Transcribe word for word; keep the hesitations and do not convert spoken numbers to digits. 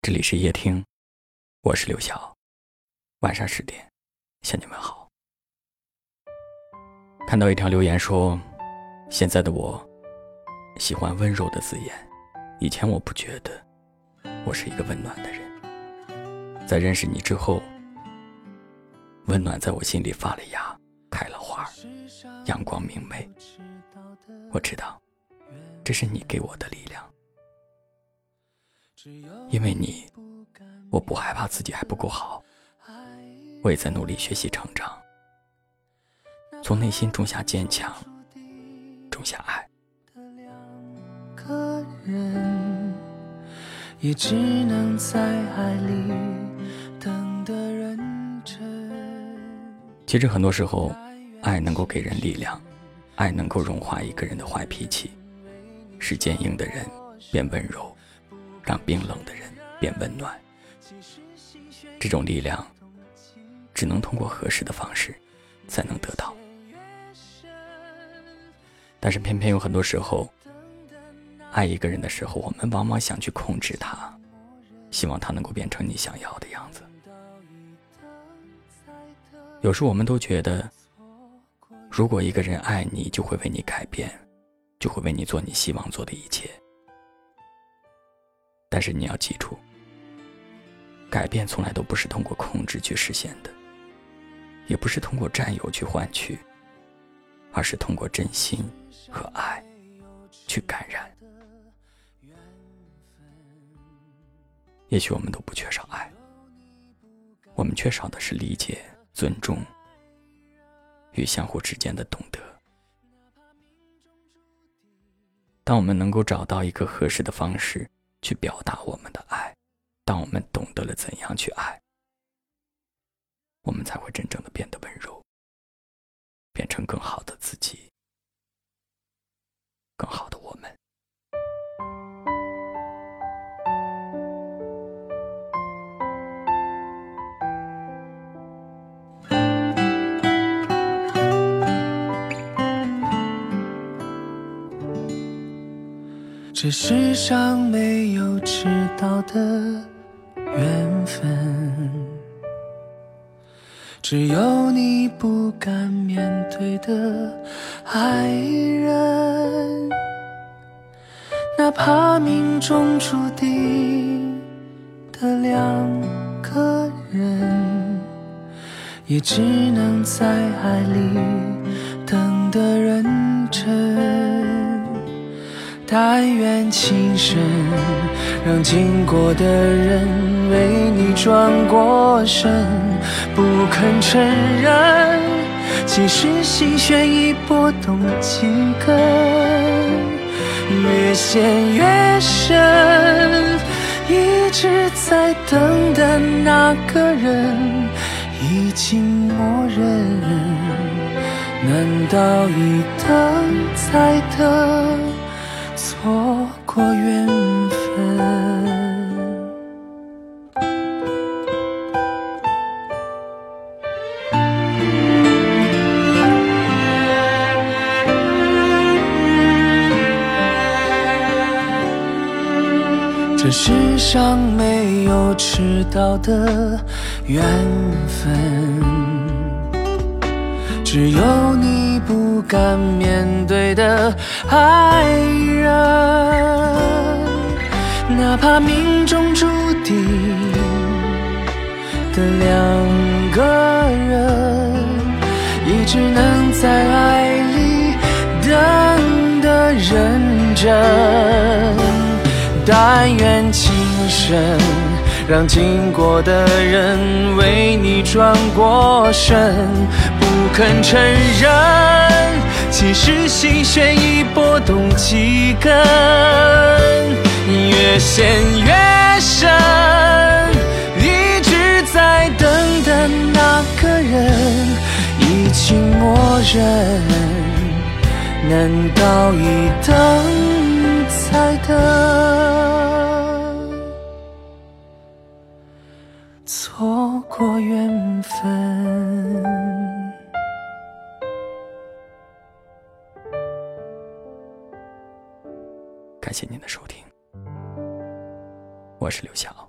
这里是夜听，我是刘晓。晚上十点向你们好。看到一条留言说，现在的我喜欢温柔的字眼，以前我不觉得我是一个温暖的人，在认识你之后，温暖在我心里发了芽，开了花，阳光明媚。我知道这是你给我的力量，因为你，我不害怕自己还不够好，我也在努力学习成长，从内心种下坚强，种下爱。 个人也只能在爱里等得认真。 其实很多时候，爱能够给人力量，爱能够融化一个人的坏脾气，使坚硬的人变温柔，让冰冷的人变温暖。这种力量只能通过合适的方式才能得到，但是偏偏有很多时候，爱一个人的时候，我们往往想去控制他，希望他能够变成你想要的样子。有时我们都觉得，如果一个人爱你，就会为你改变，就会为你做你希望做的一切。但是你要记住，改变从来都不是通过控制去实现的，也不是通过占有去换取，而是通过真心和爱去感染。也许我们都不缺少爱，我们缺少的是理解、尊重与相互之间的懂得。当我们能够找到一个合适的方式去表达我们的爱，当我们懂得了怎样去爱，我们才会真正的变得温柔，变成更好的自己，更好的我们。 这世上没有迟到的缘分，只有你不敢面对的爱人。哪怕命中注定的两个人，也只能在爱里等得认真。但愿情深，让经过的人为你转过身，不肯承认，其实心弦已拨动几根，越陷越深，一直在等的那个人已经默认，难道一等再等，错过缘分？这世上没有迟到的缘分，只有你不敢面对的爱人。哪怕命中注定的两个人，也只能在爱里等得认真。但愿情深，让经过的人为你转过身，不肯承认，其实心弦已拨动几根，越陷越深，一直在等的那个人已经默认，难道一等再等，错过缘分？ 感谢您的收听，我是刘晓。